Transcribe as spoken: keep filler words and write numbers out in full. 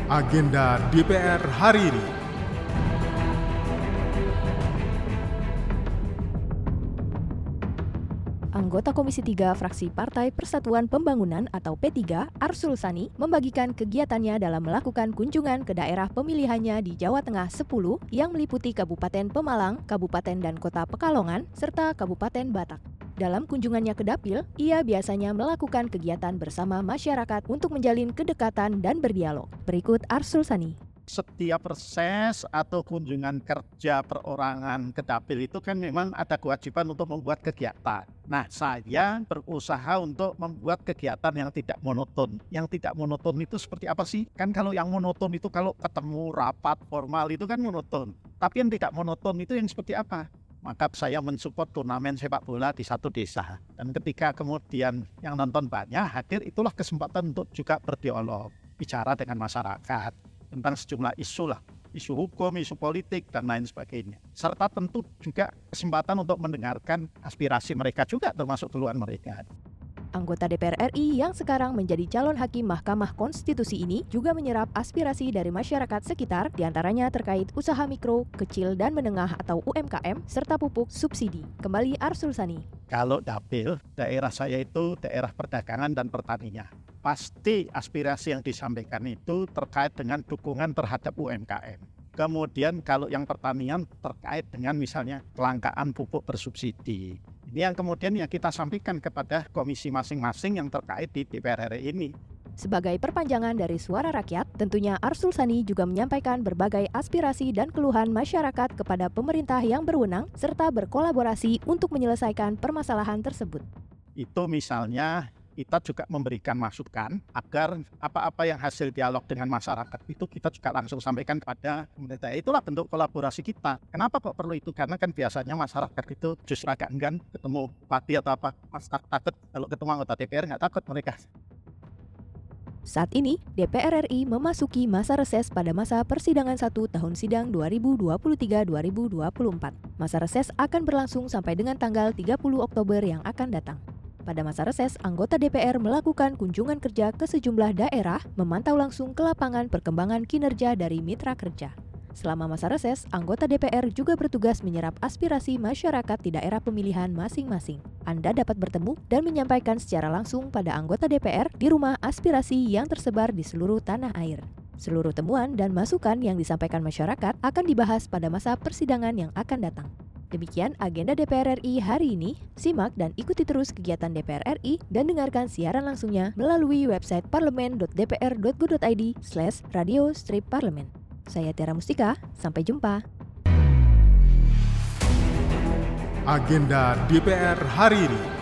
Agenda D P R hari ini. Anggota Komisi tiga Fraksi Partai Persatuan Pembangunan atau P tiga, Arsul Sani, membagikan kegiatannya dalam melakukan kunjungan ke daerah pemilihannya di Jawa Tengah sepuluh yang meliputi Kabupaten Pemalang, Kabupaten dan Kota Pekalongan, serta Kabupaten Batak. Dalam kunjungannya ke Dapil, ia biasanya melakukan kegiatan bersama masyarakat untuk menjalin kedekatan dan berdialog. Berikut Arsul Sani. Setiap reses atau kunjungan kerja perorangan ke dapil itu kan memang ada kewajiban untuk membuat kegiatan. Nah, saya berusaha untuk membuat kegiatan yang tidak monoton. Yang tidak monoton itu seperti apa sih? Kan kalau yang monoton itu kalau ketemu rapat formal itu kan monoton. Tapi yang tidak monoton itu yang seperti apa? Maka saya mensupport turnamen sepak bola di satu desa. Dan ketika kemudian yang nonton banyak hadir, itulah kesempatan untuk juga berdialog, bicara dengan masyarakat tentang sejumlah isu lah, isu hukum, isu politik, dan lain sebagainya. Serta tentu juga kesempatan untuk mendengarkan aspirasi mereka juga, termasuk keluhan mereka. Anggota D P R R I yang sekarang menjadi calon hakim Mahkamah Konstitusi ini juga menyerap aspirasi dari masyarakat sekitar, diantaranya terkait usaha mikro, kecil, dan menengah atau U M K M, serta pupuk subsidi. Kembali Arsul Sani. Kalau dapil, daerah saya itu daerah perdagangan dan pertanian. Pasti aspirasi yang disampaikan itu terkait dengan dukungan terhadap U M K M. Kemudian kalau yang pertanian terkait dengan misalnya kelangkaan pupuk bersubsidi. Ini yang kemudian yang kita sampaikan kepada komisi masing-masing yang terkait di D P R R I ini. Sebagai perpanjangan dari suara rakyat, tentunya Arsul Sani juga menyampaikan berbagai aspirasi dan keluhan masyarakat kepada pemerintah yang berwenang serta berkolaborasi untuk menyelesaikan permasalahan tersebut. Itu misalnya kita juga memberikan masukan agar apa-apa yang hasil dialog dengan masyarakat itu kita juga langsung sampaikan kepada pemerintah. Itulah bentuk kolaborasi kita. Kenapa kok perlu itu? Karena kan biasanya masyarakat itu justru agak enggan ketemu bupati atau apa. Masyarakat takut, kalau ketemu anggota D P R nggak takut mereka. Saat ini, D P R R I memasuki masa reses pada masa persidangan satu tahun sidang dua ribu dua puluh tiga dua ribu dua puluh empat. Masa reses akan berlangsung sampai dengan tanggal tiga puluh Oktober yang akan datang. Pada masa reses, anggota D P R melakukan kunjungan kerja ke sejumlah daerah, memantau langsung ke lapangan perkembangan kinerja dari mitra kerja. Selama masa reses, anggota D P R juga bertugas menyerap aspirasi masyarakat di daerah pemilihan masing-masing. Anda dapat bertemu dan menyampaikan secara langsung pada anggota D P R di rumah aspirasi yang tersebar di seluruh tanah air. Seluruh temuan dan masukan yang disampaikan masyarakat akan dibahas pada masa persidangan yang akan datang. Demikian agenda D P R R I hari ini. Simak dan ikuti terus kegiatan D P R R I dan dengarkan siaran langsungnya melalui website parlemen dot d p r dot go dot i d slash radio strip parlemen. Saya Tiara Mustika, sampai jumpa. Agenda D P R hari ini.